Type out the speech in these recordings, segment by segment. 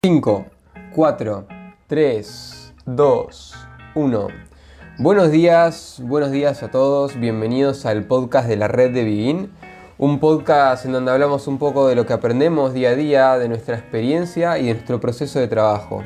5, 4, 3, 2, 1. Buenos días a todos. Bienvenidos al podcast de la red de Begin. Un podcast en donde hablamos un poco de lo que aprendemos día a día, de nuestra experiencia y de nuestro proceso de trabajo.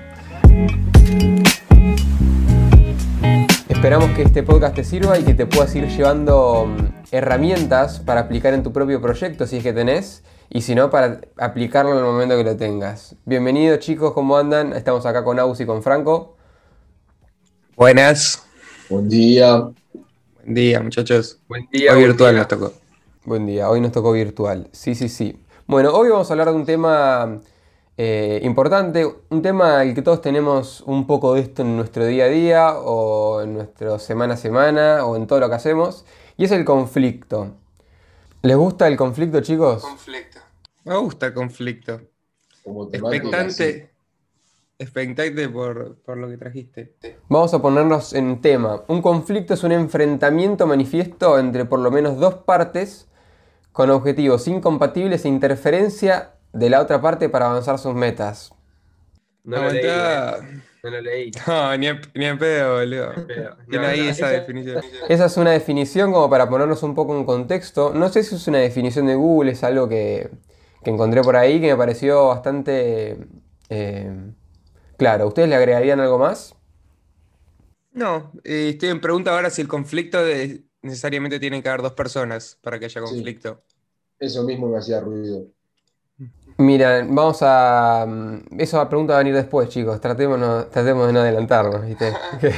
Esperamos que este podcast te sirva y que te puedas ir llevando herramientas para aplicar en tu propio proyecto si es que tenés, y si no, para aplicarlo en el momento que lo tengas. Bienvenidos chicos, ¿cómo andan? Estamos acá con Aus y con Franco. Buenas. Buen día. Buen día, muchachos. Buen día, Hoy buen virtual día. nos tocó. Buen día, hoy nos tocó virtual. Sí. Bueno, hoy vamos a hablar de un tema importante, un tema al que todos tenemos un poco de esto en nuestro día a día o en nuestro semana a semana o en todo lo que hacemos, y es el conflicto. ¿Les gusta el conflicto, chicos? Conflicto. Me gusta el conflicto. Como temática, sí. Expectante por lo que trajiste. Vamos a ponernos en tema. Un conflicto es un enfrentamiento manifiesto entre por lo menos dos partes con objetivos incompatibles e interferencia de la otra parte para avanzar sus metas. No lo leí, No lo leí. No, ni en pedo, boludo. Tiene ahí esa definición. Esa es una definición como para ponernos un poco en contexto. No sé si es una definición de Google, es algo que encontré por ahí que me pareció bastante claro. ¿Ustedes le agregarían algo más? No, estoy en pregunta ahora si el conflicto necesariamente tienen que haber dos personas para que haya Sí, conflicto. eso mismo me hacía ruido. Mira, vamos a... Esa pregunta va a venir después, chicos. Tratemos de no adelantarnos, ¿viste?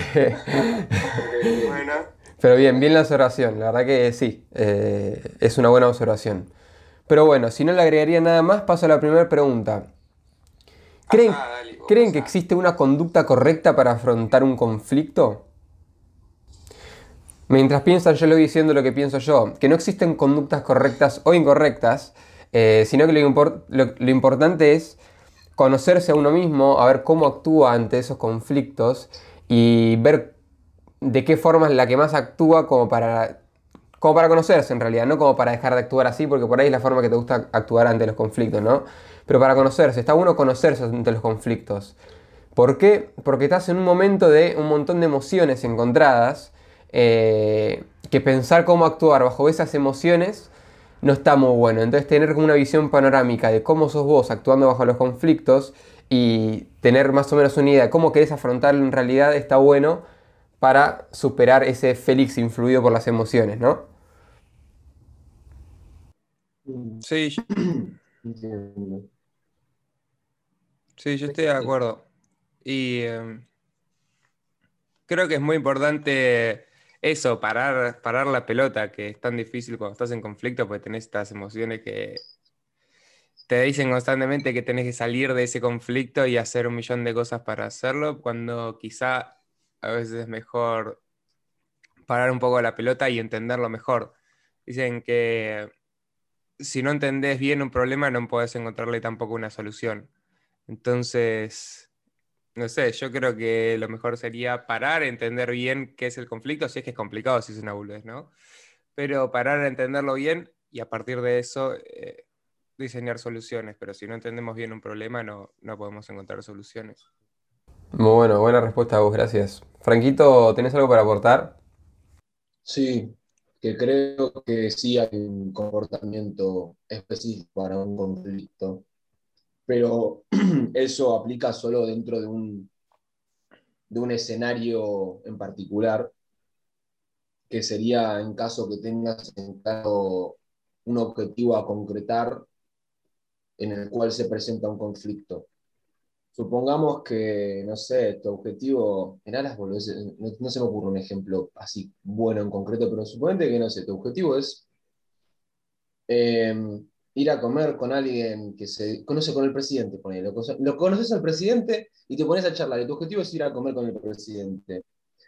Bueno. Pero bien la observación. La verdad que sí, es una buena observación. Pero bueno, si no le agregaría nada más, paso a la primera pregunta. ¿Creen, ¿creen que existe una conducta correcta para afrontar un conflicto? Mientras piensan, yo le voy diciendo lo que pienso yo. Que no existen conductas correctas o incorrectas, sino que lo importante es conocerse a uno mismo, a ver cómo actúa ante esos conflictos y ver de qué forma es la que más actúa como para conocerse en realidad, no como para dejar de actuar así, porque por ahí es la forma que te gusta actuar ante los conflictos, ¿no? Pero para conocerse, está bueno conocerse ante los conflictos. ¿Por qué? Porque estás en un momento de un montón de emociones encontradas, que pensar cómo actuar bajo esas emociones no está muy bueno. Entonces tener como una visión panorámica de cómo sos vos actuando bajo los conflictos y tener más o menos una idea de cómo querés afrontarlo en realidad está bueno para superar ese Félix influido por las emociones, ¿no? Mm, Sí, Entiendo. sí, yo estoy de acuerdo. Y creo que es muy importante eso, parar la pelota, que es tan difícil cuando estás en conflicto, porque tenés estas emociones que te dicen constantemente que tenés que salir de ese conflicto y hacer un millón de cosas para hacerlo, cuando quizá a veces es mejor parar un poco la pelota y entenderlo mejor. Dicen que si no entendés bien un problema, no podés encontrarle tampoco una solución. Entonces, no sé, yo creo que lo mejor sería parar, entender bien qué es el conflicto, si es que es complicado, si es una boludez, ¿no? Pero parar a entenderlo bien y a partir de eso diseñar soluciones. Pero si no entendemos bien un problema, no podemos encontrar soluciones. Muy bueno, buena respuesta a vos, gracias. Franquito, ¿tenés algo para aportar? Sí, que creo que sí hay un comportamiento específico para un conflicto, pero eso aplica solo dentro de un escenario en particular, que sería en caso que tengas en claro un objetivo a concretar en el cual se presenta un conflicto. Supongamos que, no sé, tu objetivo, en alas boludeces, no se me ocurre un ejemplo así bueno en concreto, pero suponete que, no sé, tu objetivo es eh, ir a comer con alguien que se conoce con el presidente, ponele. Lo conoces al presidente y te pones a charlar, y tu objetivo es ir a comer con el presidente.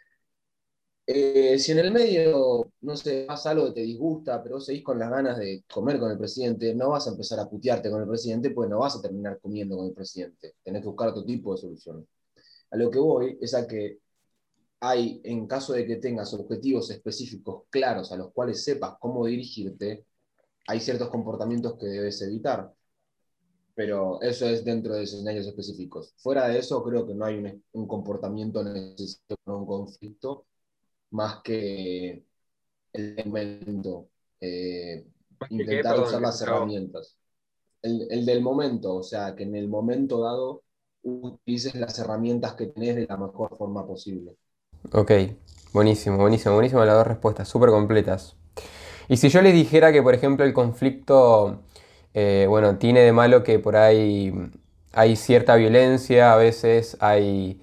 Si en el medio, no sé, pasa algo que te disgusta, pero vos seguís con las ganas de comer con el presidente, no vas a empezar a putearte con el presidente, pues no vas a terminar comiendo con el presidente. Tenés que buscar otro tipo de solución. A lo que voy es a que hay, en caso de que tengas objetivos específicos claros a los cuales sepas cómo dirigirte, hay ciertos comportamientos que debes evitar. pero eso es dentro de escenarios específicos. Fuera de eso, creo que no hay un comportamiento necesario para un conflicto más que el momento, ¿Más que qué? intentar Perdón, usar que se las trabó. herramientas. El del momento, o sea, que en el momento dado utilices las herramientas que tenés de la mejor forma posible. Ok, buenísimo, buenísimo, buenísimo las dos respuestas, súper completas. Y si yo les dijera que, por ejemplo, el conflicto, bueno, tiene de malo que por ahí hay cierta violencia, a veces hay,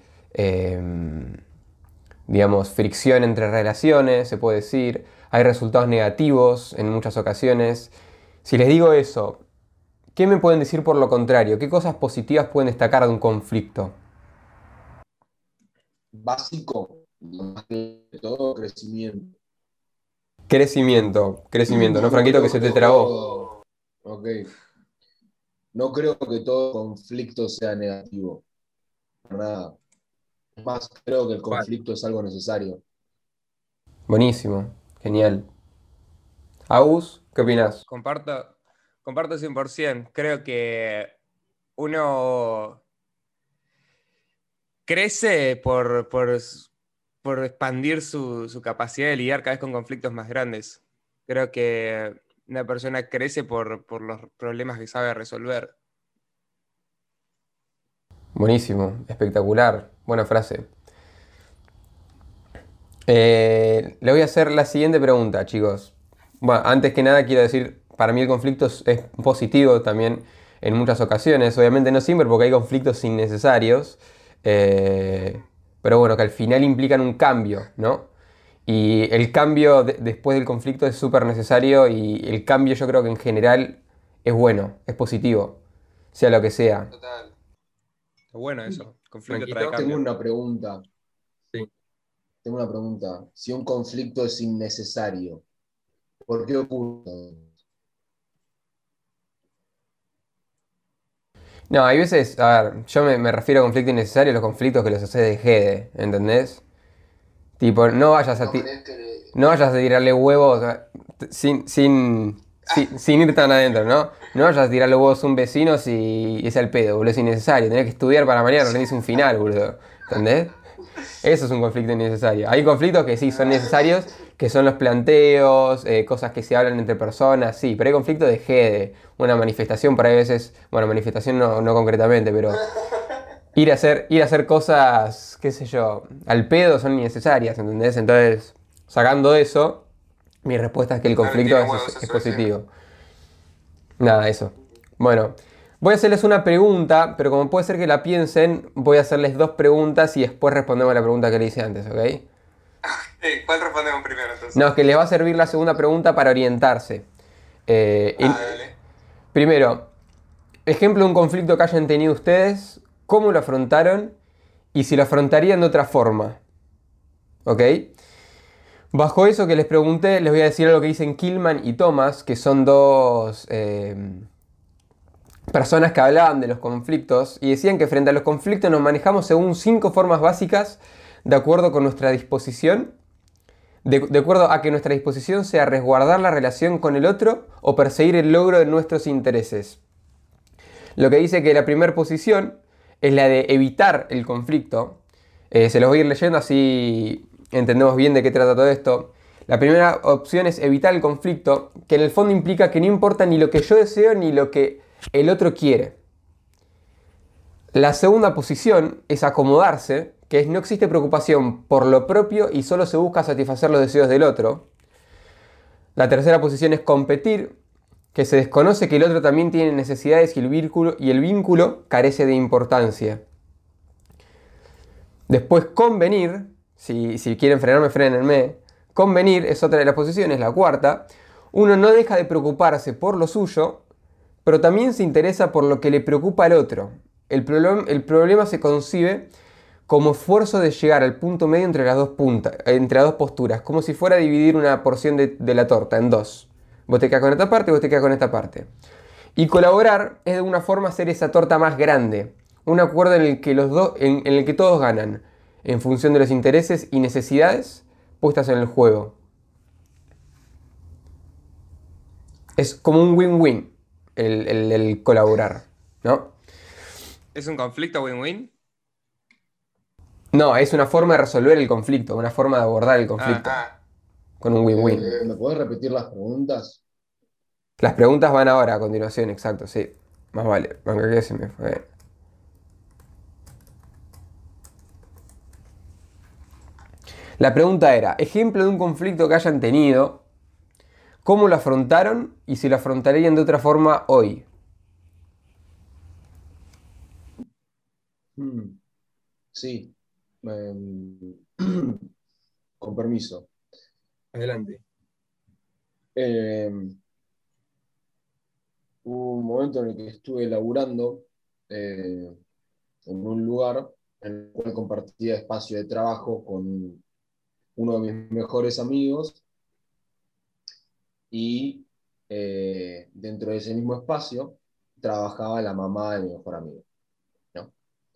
digamos, fricción entre relaciones, se puede decir, hay resultados negativos en muchas ocasiones. Si les digo eso, ¿qué me pueden decir por lo contrario? ¿Qué cosas positivas pueden destacar de un conflicto? Básico, más que todo, crecimiento. Crecimiento, crecimiento, ¿no, No Franquito, que creo se que te trabó? todo, ok, no creo que todo conflicto sea negativo, para nada. Es más, creo que el Vale. conflicto es algo necesario. Buenísimo, genial. Agus, ¿qué opinás? Comparto 100%. Creo que uno crece por expandir su capacidad de lidiar cada vez con conflictos más grandes. Creo que una persona crece por los problemas que sabe resolver. Buenísimo, espectacular, buena frase. Le voy a hacer la siguiente pregunta, chicos. Bueno, antes que nada quiero decir, para mí el conflicto es positivo también en muchas ocasiones. Obviamente no siempre porque hay conflictos innecesarios. eh, pero bueno, que al final implican un cambio, ¿no? Y el cambio después del conflicto es súper necesario y el cambio yo creo que en general es bueno, es positivo, sea lo que sea. Total. Está bueno eso. Conflicto trae Franquito. Tengo cambio. una pregunta, Sí. tengo una pregunta. Si un conflicto es innecesario, ¿por qué ocurre? No, hay veces, a ver, yo me refiero a conflicto innecesario, los conflictos que los hace de jede, ¿entendés? Tipo, no vayas a tirarle huevos sin ir tan adentro, ¿no? No vayas a tirarle huevos a un vecino si es al pedo, boludo, es innecesario. Tenés que estudiar para mañana, rendirse un final, boludo. ¿Entendés? Eso es un conflicto innecesario. Hay conflictos que sí son necesarios, que son los planteos, cosas que se hablan entre personas, sí, pero hay conflictos de jede, una manifestación por ahí a veces, bueno, manifestación no concretamente, pero ir a hacer cosas, qué sé yo, al pedo son innecesarias, ¿entendés? Entonces, sacando eso, mi respuesta es que el conflicto es positivo. Nada, eso. Bueno, voy a hacerles una pregunta, pero como puede ser que la piensen, voy a hacerles dos preguntas y después respondemos a la pregunta que le hice antes, ¿ok? ¿Cuál respondemos primero entonces? No, es que les va a servir la segunda pregunta para orientarse. Dale. Primero, ejemplo de un conflicto que hayan tenido ustedes, cómo lo afrontaron y si lo afrontarían de otra forma, ¿ok? Bajo eso que les pregunté, les voy a decir algo que dicen Killman y Thomas, que son dos personas que hablaban de los conflictos y decían que frente a los conflictos nos manejamos según cinco formas básicas de acuerdo con nuestra disposición, de acuerdo a que nuestra disposición sea resguardar la relación con el otro o perseguir el logro de nuestros intereses. Lo que dice que la primera posición es la de evitar el conflicto. Se los voy a ir leyendo así entendemos bien de qué trata todo esto. La primera opción es evitar el conflicto, que en el fondo implica que no importa ni lo que yo deseo ni lo que el otro quiere. La segunda posición es acomodarse, que es no existe preocupación por lo propio y solo se busca satisfacer los deseos del otro. La tercera posición es competir, que se desconoce que el otro también tiene necesidades y el vínculo carece de importancia. Después convenir, si quieren frenarme, frenenme. Convenir es otra de las posiciones, la cuarta. Uno no deja de preocuparse por lo suyo, pero también se interesa por lo que le preocupa al otro. El problema se concibe como esfuerzo de llegar al punto medio entre entre las dos posturas, como si fuera a dividir una porción de la torta en dos. Vos te quedás con esta parte, vos te quedás con esta parte. Y colaborar es de una forma hacer esa torta más grande. Un acuerdo en el que en el que todos ganan, en función de los intereses y necesidades puestas en el juego. Es como un win-win el colaborar. ¿no? ¿Es un conflicto win-win? No, es una forma de resolver el conflicto, una forma de abordar el conflicto, Ah, con un win-win. ¿Me podés repetir las preguntas? Las preguntas van ahora a continuación, exacto, sí. Más vale, aunque que se me fue. La pregunta era, ejemplo de un conflicto que hayan tenido, ¿cómo lo afrontaron y si lo afrontarían de otra forma hoy? Mm, sí. Em, con permiso. Adelante. Em, Hubo un momento en el que estuve laburando en un lugar en el cual compartía espacio de trabajo con uno de mis mejores amigos y dentro de ese mismo espacio trabajaba la mamá de mi mejor amigo, ¿no?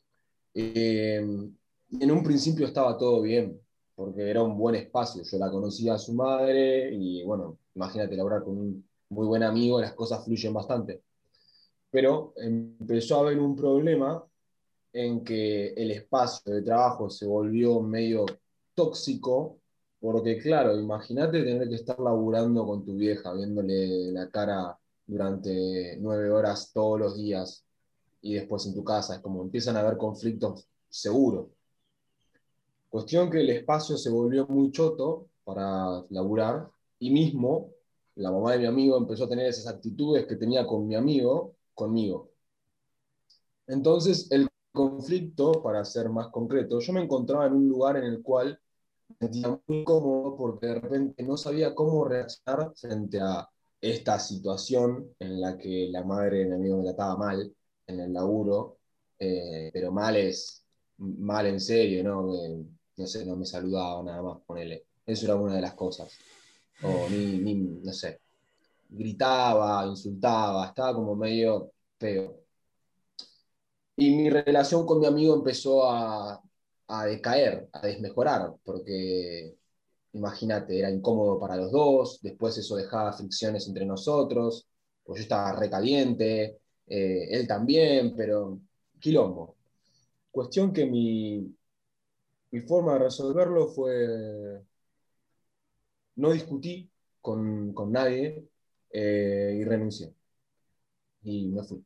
En un principio estaba todo bien, porque era un buen espacio. Yo la conocía a su madre y bueno, imagínate laburar con un muy buen amigo, las cosas fluyen bastante. Pero empezó a haber un problema en que el espacio de trabajo se volvió medio tóxico, porque claro, imagínate tener que estar laburando con tu vieja, viéndole la cara durante 9 horas todos los días y después en tu casa, es como empiezan a haber conflictos seguros. Cuestión que el espacio se volvió muy choto para laburar y mismo la mamá de mi amigo empezó a tener esas actitudes que tenía con mi amigo, conmigo. Entonces, el conflicto, para ser más concreto, yo me encontraba en un lugar en el cual me sentía muy incómodo porque de repente no sabía cómo reaccionar frente a esta situación en la que la madre de mi amigo me trataba mal en el laburo, pero mal es mal en serio, ¿no? No sé, no me saludaba nada más, ponele. Eso era una de las cosas. O no sé, gritaba, insultaba, estaba como medio feo. Y mi relación con mi amigo empezó a decaer, a desmejorar, porque imagínate, era incómodo para los dos, después eso dejaba fricciones entre nosotros, pues yo estaba recaliente, él también, pero quilombo. Cuestión que mi forma de resolverlo fue no discutí con nadie y renuncié y me fui.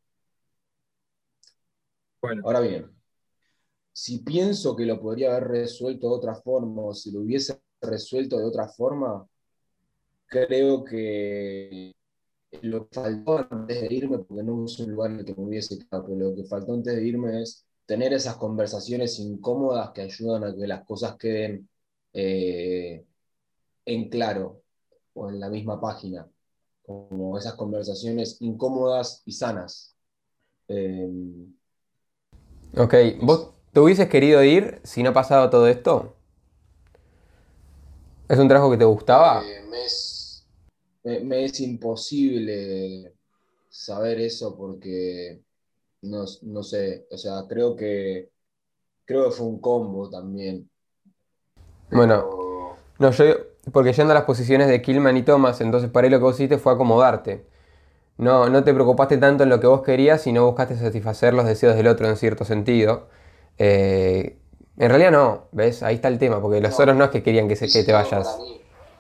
Bueno, Ahora bien, si pienso que lo podría haber resuelto de otra forma o si lo hubiese resuelto de otra forma, creo que lo que faltó antes de irme, porque no es un lugar en el que me hubiese quedado, pero lo que faltó antes de irme es tener esas conversaciones incómodas que ayudan a que las cosas queden eh, en claro o en la misma página, como esas conversaciones incómodas y sanas. Eh, ok, ¿vos eso. te hubieses querido ir si no ha pasado todo esto? ¿Es un trabajo que te gustaba? Eh, me es, me es imposible saber eso porque no sé, o sea, creo que fue un combo también, Bueno, pero no, yo, porque yendo a las posiciones de Killman y Thomas, entonces para ahí lo que vos hiciste fue acomodarte. No, no te preocupaste tanto en lo que vos querías, sino buscaste satisfacer los deseos del otro en cierto sentido. En realidad no, ¿ves? Ahí está el tema, porque los otros no es que querían que hice te todo para vayas. mí.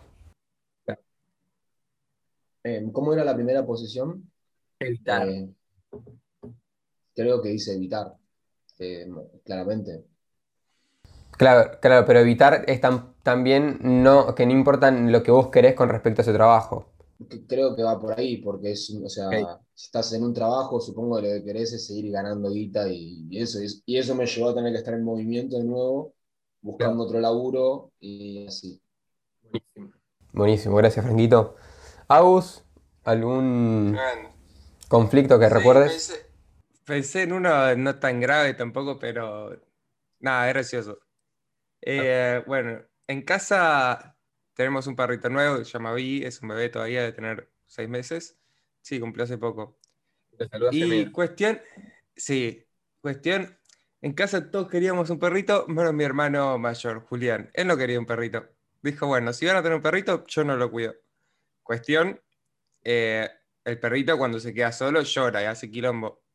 ¿Cómo era la primera posición? Evitar. Eh, Creo que hice evitar, claramente. Claro, claro, pero evitar es también no, que no importa lo que vos querés con respecto a ese trabajo. Creo que va por ahí, porque o Ok. sea, si estás en un trabajo, supongo que lo que querés es seguir ganando guita y eso me llevó a tener que estar en movimiento de nuevo, Claro. buscando otro laburo y así. Buenísimo. Buenísimo, gracias, Franquito. Agus, ¿algún bueno. conflicto que Sí, recuerdes? pensé en uno no tan grave tampoco, pero nada, es gracioso. Bueno, en casa tenemos un perrito nuevo que se llama Vi, es un bebé todavía de tener 6 meses. Sí, cumplió hace poco. Te saludaste Y medio. cuestión, sí, cuestión, en casa todos queríamos un perrito, menos mi hermano mayor, Julián. Él no quería un perrito. Dijo, bueno, si van a tener un perrito, yo no lo cuido. Cuestión, el perrito cuando se queda solo llora y hace quilombo.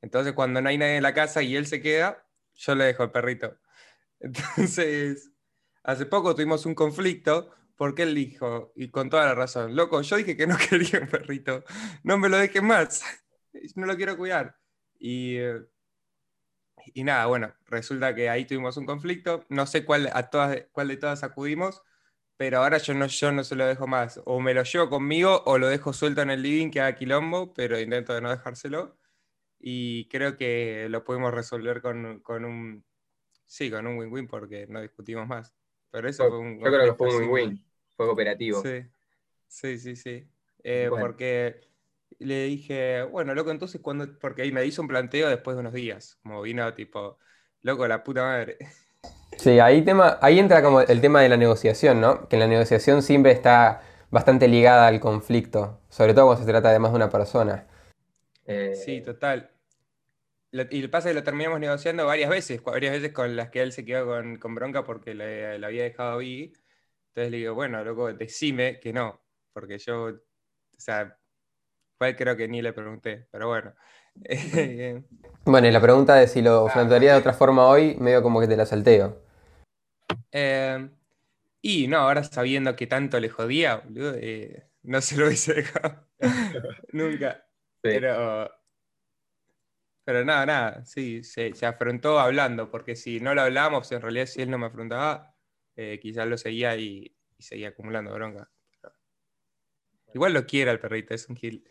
Entonces cuando no hay nadie en la casa y él se queda, yo le dejo el perrito. Entonces, hace poco tuvimos un conflicto porque él dijo, y con toda la razón, loco, yo dije que no quería un perrito, no me lo dejes más, no lo quiero cuidar. Y, eh, y nada, bueno, resulta que ahí tuvimos un conflicto, no sé cuál de todas acudimos, pero ahora yo no se lo dejo más. O me lo llevo conmigo o lo dejo suelto en el living que haga quilombo, pero intento de no dejárselo. Y creo que lo pudimos resolver con un, sí, con un win-win porque no discutimos más. Pero eso fue un Yo creo que conflicto fue un simple. win-win, fue cooperativo. Sí, sí, sí, sí. Bueno, Porque le dije, bueno, loco, entonces cuando, porque ahí me hizo un planteo después de unos días, como vino tipo, loco, la puta madre. sí, ahí entra como el tema de la negociación, ¿no? Que la negociación siempre está bastante ligada al conflicto, sobre todo cuando se trata de más de una persona. Sí, total. Y pasa que lo terminamos negociando varias veces con las que él se quedó con bronca porque le había dejado a Biggie. Entonces le digo, bueno, loco, decime que no, porque yo, o sea, cuál creo que ni le pregunté, pero bueno. Bueno, y la pregunta de si lo plantearía de otra forma hoy, medio como que te la salteo. Eh, y no, ahora sabiendo que tanto le jodía, boludo, no se lo hubiese dejado nunca. Sí. Pero, pero nada, nada, sí, se afrontó hablando, porque si no lo hablábamos, en realidad si él no me afrontaba, quizás lo seguía y seguía acumulando bronca. Igual lo quiere al perrito, es un kill.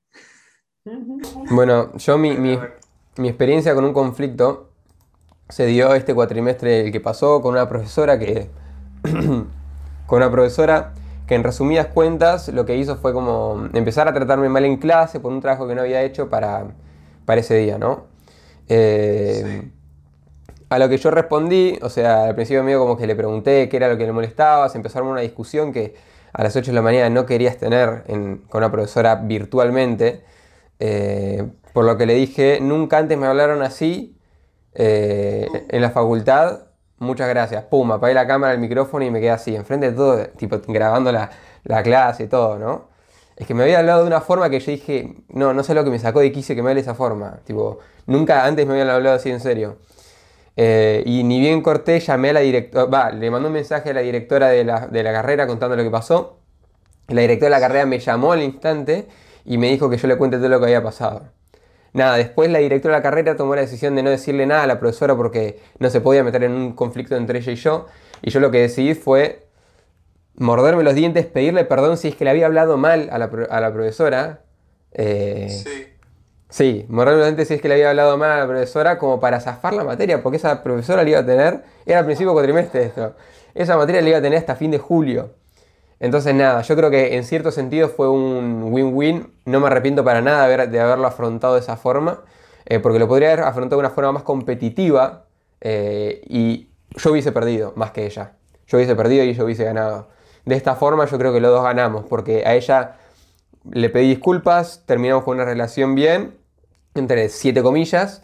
Bueno, yo Pero bueno. mi experiencia con un conflicto se dio este cuatrimestre el que pasó con una profesora con una profesora que en resumidas cuentas lo que hizo fue como empezar a tratarme mal en clase por un trabajo que no había hecho para ese día, ¿no? Eh, a lo que yo respondí, o sea, al principio medio como que le pregunté qué era lo que le molestaba, se empezó a armar una discusión que a las 8 de la mañana no querías tener con una profesora virtualmente, por lo que le dije, nunca antes me hablaron así en la facultad, muchas gracias, pum, apagué la cámara, el micrófono y me quedé así, enfrente de todo, tipo grabando la clase y todo, ¿no? Es que me había hablado de una forma que yo dije, no, no sé lo que me sacó de quicio que me hable de esa forma, tipo, nunca antes me habían hablado así en serio. Y ni bien corté, llamé a la directora, le mandé un mensaje a la directora de la carrera contando lo que pasó. La directora de la carrera me llamó al instante y me dijo que yo le cuente todo lo que había pasado. Nada, después la directora de la carrera tomó la decisión de no decirle nada a la profesora porque no se podía meter en un conflicto entre ella y yo. Y yo lo que decidí fue morderme los dientes, pedirle perdón si es que le había hablado mal a la profesora. Eh, Sí, moralmente sí es que le había hablado mal a la profesora como para zafar la materia, porque esa profesora le iba a tener, era al principio cuatrimestre esto, esa materia le iba a tener hasta fin de julio. Entonces nada, yo creo que en cierto sentido fue un win-win, no me arrepiento para nada de haberlo afrontado de esa forma, porque lo podría haber afrontado de una forma más competitiva y yo hubiese perdido más que ella. Yo hubiese perdido y ella hubiese ganado. De esta forma yo creo que los dos ganamos, porque a ella le pedí disculpas, terminamos con una relación bien, entre siete comillas,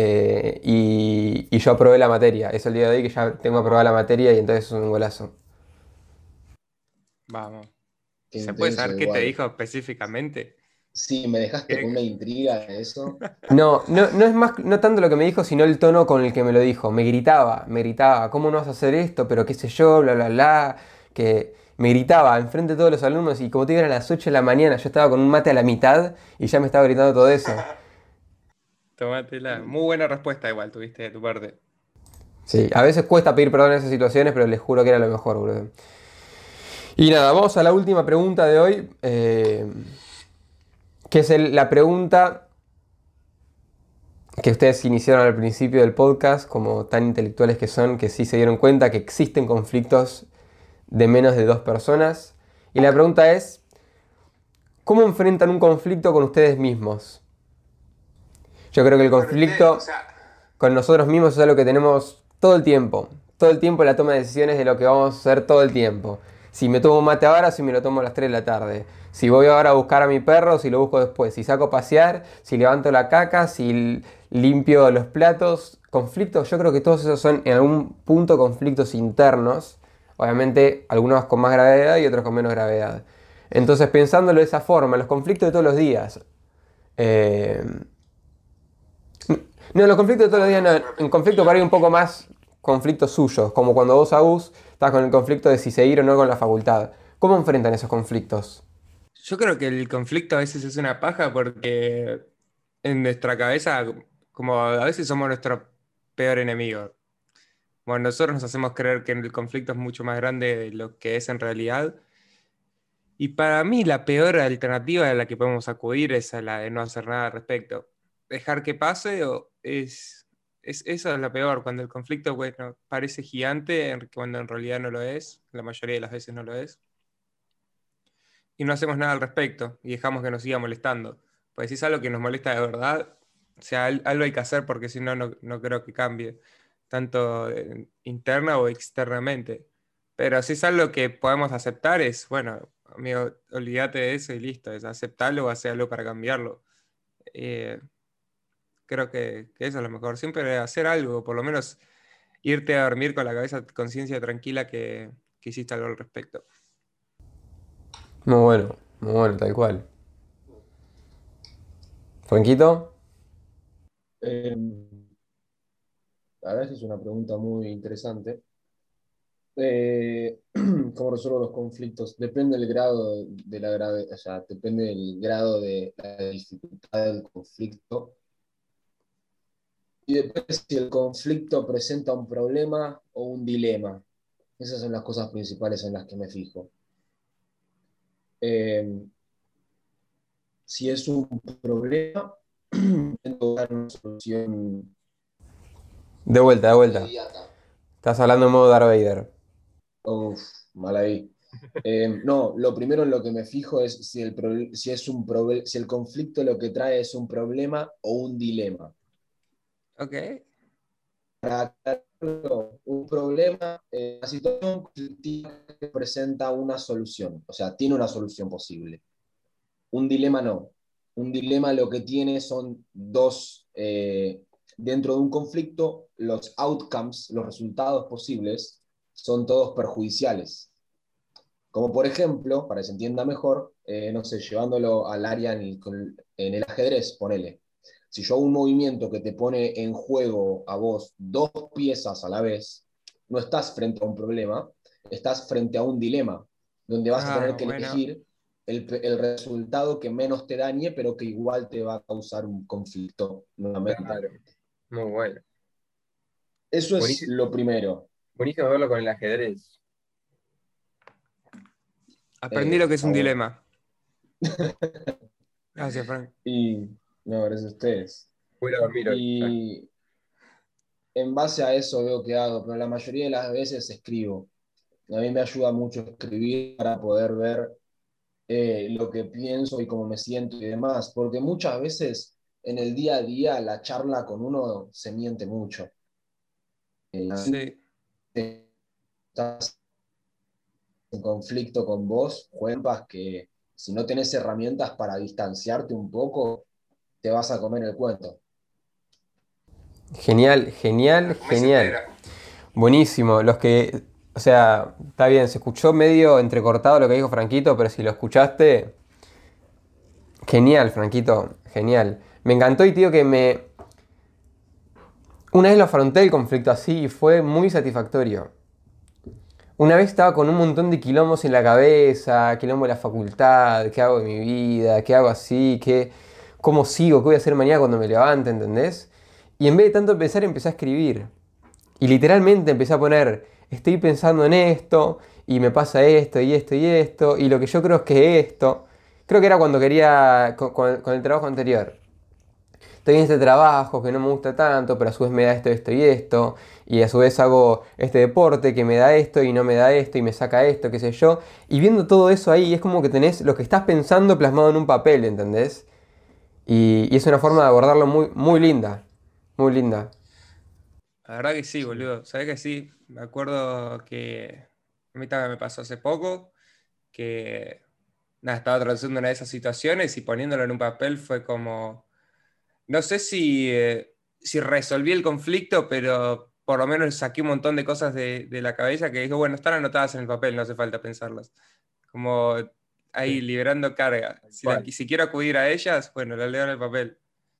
y yo aprobé la materia. Es el día de hoy que ya tengo aprobada la materia y entonces es un golazo. Vamos. Qué ¿Se puede intenso saber qué te igual. dijo específicamente? Sí, me dejaste con una ¿Qué- intriga de eso. No, no, no es más, no tanto lo que me dijo, sino el tono con el que me lo dijo. Me gritaba, ¿cómo no vas a hacer esto? Pero qué sé yo, bla, bla, bla. Que me gritaba enfrente de todos los alumnos y como te digo, eran las 8 de la mañana, yo estaba con un mate a la mitad y ya me estaba gritando todo eso. Tómatela. Muy buena respuesta igual tuviste de tu parte. Sí, a veces cuesta pedir perdón en esas situaciones, pero les juro que era lo mejor, boludo. Y nada, vamos a la última pregunta de hoy, que es la pregunta que ustedes iniciaron al principio del podcast, como tan intelectuales que son, que sí se dieron cuenta que existen conflictos de menos de dos personas. Y la pregunta es, ¿cómo enfrentan un conflicto con ustedes mismos? Yo creo que el conflicto con nosotros mismos es algo que tenemos todo el tiempo. Todo el tiempo la toma de decisiones de lo que vamos a hacer todo el tiempo. Si me tomo mate ahora, si me lo tomo a las 3 de la tarde. Si voy ahora a buscar a mi perro, si lo busco después. Si saco a pasear, si levanto la caca, si limpio los platos. Conflictos, yo creo que todos esos son en algún punto conflictos internos. Obviamente algunos con más gravedad y otros con menos gravedad. Entonces pensándolo de esa forma, los conflictos de todos los días. No, los conflictos de todos los días no. En conflicto para ir un poco más conflictos suyos, como cuando vos, Agus, estás con el conflicto de si seguir o no con la facultad. ¿Cómo enfrentan esos conflictos? Yo creo que el conflicto a veces es una paja porque en nuestra cabeza, como a veces somos nuestro peor enemigo. Bueno, nosotros nos hacemos creer que el conflicto es mucho más grande de lo que es en realidad. Y para mí la peor alternativa a la que podemos acudir es a la de no hacer nada al respecto. Dejar que pase eso es la peor, cuando el conflicto, bueno, parece gigante, cuando en realidad no lo es, la mayoría de las veces no lo es, y no hacemos nada al respecto y dejamos que nos siga molestando. Pues si es algo que nos molesta de verdad, o sea, algo hay que hacer porque si no, no creo que cambie, tanto interna o externamente. Pero si es algo que podemos aceptar, es, bueno, amigo, olvídate de eso y listo, es aceptarlo o hacer algo para cambiarlo. Eh, Creo que eso es lo mejor, siempre hacer algo, por lo menos irte a dormir con la cabeza, conciencia tranquila que hiciste algo al respecto. Muy bueno, tal cual. ¿Franquito? Eh, la verdad es que es una pregunta muy interesante. ¿Cómo resuelvo los conflictos? Depende del grado de la o sea, depende del grado de la dificultad del conflicto y depende si el conflicto presenta un problema o un dilema. Esas son las cosas principales en las que me fijo. Eh, si es un problema, intento dar una solución De vuelta, de vuelta. inmediata. Estás hablando en modo Darth Vader. Uf, mal ahí. No, lo primero en lo que me fijo es si si el conflicto lo que trae es un problema o un dilema. Ok. Para aclararlo, un problema, la situación conflictiva presenta una solución, o sea, tiene una solución posible. Un dilema no. Un dilema lo que tiene son dentro de un conflicto, los outcomes, los resultados posibles, son todos perjudiciales. Como por ejemplo, para que se entienda mejor, no sé, llevándolo al área en el ajedrez, ponele. Si yo hago un movimiento que te pone en juego a vos dos piezas a la vez, no estás frente a un problema, estás frente a un dilema, donde vas a tener Ah, que bueno. elegir el resultado que menos te dañe, pero que igual te va a causar un conflicto nuevamente. Claro, muy bueno. Eso es Buenísimo, lo primero. buenísimo verlo con el ajedrez. Aprendí lo que es Está un bueno. dilema. Gracias, Frank. Y no, gracias a ustedes. Voy a ir a dormir hoy. Ya. Y en base a eso veo que hago, pero la mayoría de las veces escribo. A mí me ayuda mucho escribir para poder ver lo que pienso y cómo me siento y demás, porque muchas veces en el día a día la charla con uno se miente mucho. Sí. Estás en conflicto con vos, cuentas que si no tenés herramientas para distanciarte un poco, te vas a comer el cuento. Genial, genial, genial. Buenísimo. O sea, está bien, se escuchó medio entrecortado lo que dijo Franquito, pero si lo escuchaste, genial, Franquito, genial. Me encantó y tío que una vez lo afronté el conflicto así y fue muy satisfactorio. Una vez estaba con un montón de quilombos en la cabeza, quilombo de la facultad, qué hago de mi vida, qué hago así, cómo sigo, qué voy a hacer mañana cuando me levante, ¿entendés? Y en vez de tanto pensar, empecé a escribir. Y literalmente empecé a poner, estoy pensando en esto, y me pasa esto, y esto, y esto, y lo que yo creo es que esto. Creo que era cuando quería, con el trabajo anterior. Estoy en este trabajo que no me gusta tanto, pero a su vez me da esto, esto y esto. Y a su vez hago este deporte que me da esto y no me da esto y me saca esto, qué sé yo. Y viendo todo eso ahí, es como que tenés lo que estás pensando plasmado en un papel, ¿entendés? Y es una forma de abordarlo muy, muy linda. Muy linda. La verdad que sí, Sí. boludo. ¿Sabés que sí? Me acuerdo que a mí también me pasó hace poco que nada, estaba atravesando una de esas situaciones y poniéndolo en un papel fue como, no sé si resolví el conflicto, pero por lo menos saqué un montón de cosas de la cabeza que dijo, bueno, están anotadas en el papel, no hace falta pensarlas. Como ahí Sí, liberando carga. Tal cual. Si quiero acudir a ellas, bueno, las leo en el papel.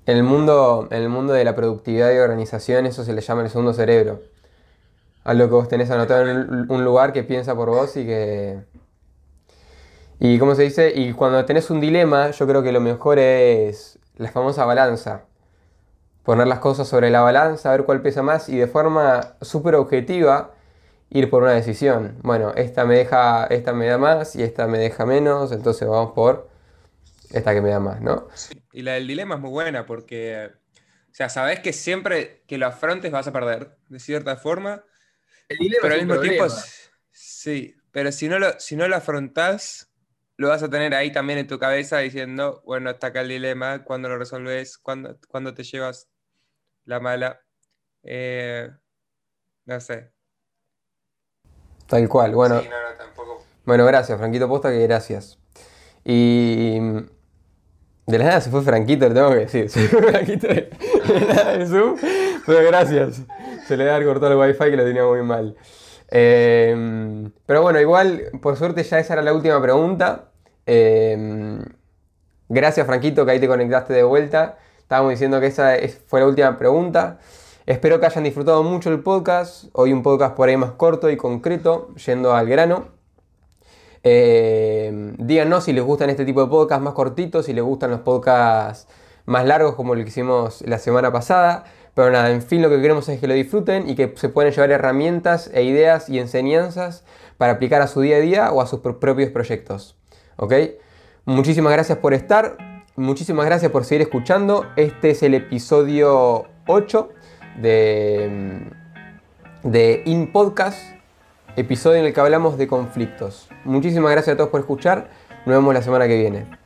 En el mundo de la productividad y organización, eso se le llama el segundo cerebro. Algo que vos tenés anotado en un lugar que piensa por vos y que... Y ¿cómo se dice? Y cuando tenés un dilema, yo creo que lo mejor es la famosa balanza. Poner las cosas sobre la balanza, ver cuál pesa más y de forma súper objetiva ir por una decisión. Bueno, esta me da más y esta me deja menos, entonces vamos por esta que me da más, ¿no? Sí. Y la del dilema es muy buena porque, o sea, sabes que siempre que lo afrontes vas a perder, de cierta forma, El dilema pero es al un mismo tiempo, problema. sí, pero si no lo afrontás, lo vas a tener ahí también en tu cabeza diciendo, bueno, está acá el dilema, ¿cuándo lo resolves? ¿Cuándo te llevas la mala? Eh, no sé. Tal cual. Bueno, Sí, no, no, tampoco. bueno, gracias, Franquito Posta, que gracias. Y de la nada se fue Franquito, le tengo que decir. Se fue Franquito de nada del Zoom, pero gracias. Se le había cortado el wifi que lo tenía muy mal. Pero bueno, igual, por suerte ya esa era la última pregunta. Gracias, Franquito, que ahí te conectaste de vuelta. Estábamos diciendo que fue la última pregunta. Espero que hayan disfrutado mucho el podcast. Hoy un podcast por ahí más corto y concreto, yendo al grano. Díganos si les gustan este tipo de podcasts más cortitos, si les gustan los podcasts más largos como el que hicimos la semana pasada. Pero nada, en fin, lo que queremos es que lo disfruten y que se puedan llevar herramientas e ideas y enseñanzas para aplicar a su día a día o a sus propios proyectos. ¿Ok? Muchísimas gracias por estar, muchísimas gracias por seguir escuchando. Este es el episodio 8 de In Podcast, episodio en el que hablamos de conflictos. Muchísimas gracias a todos por escuchar. Nos vemos la semana que viene.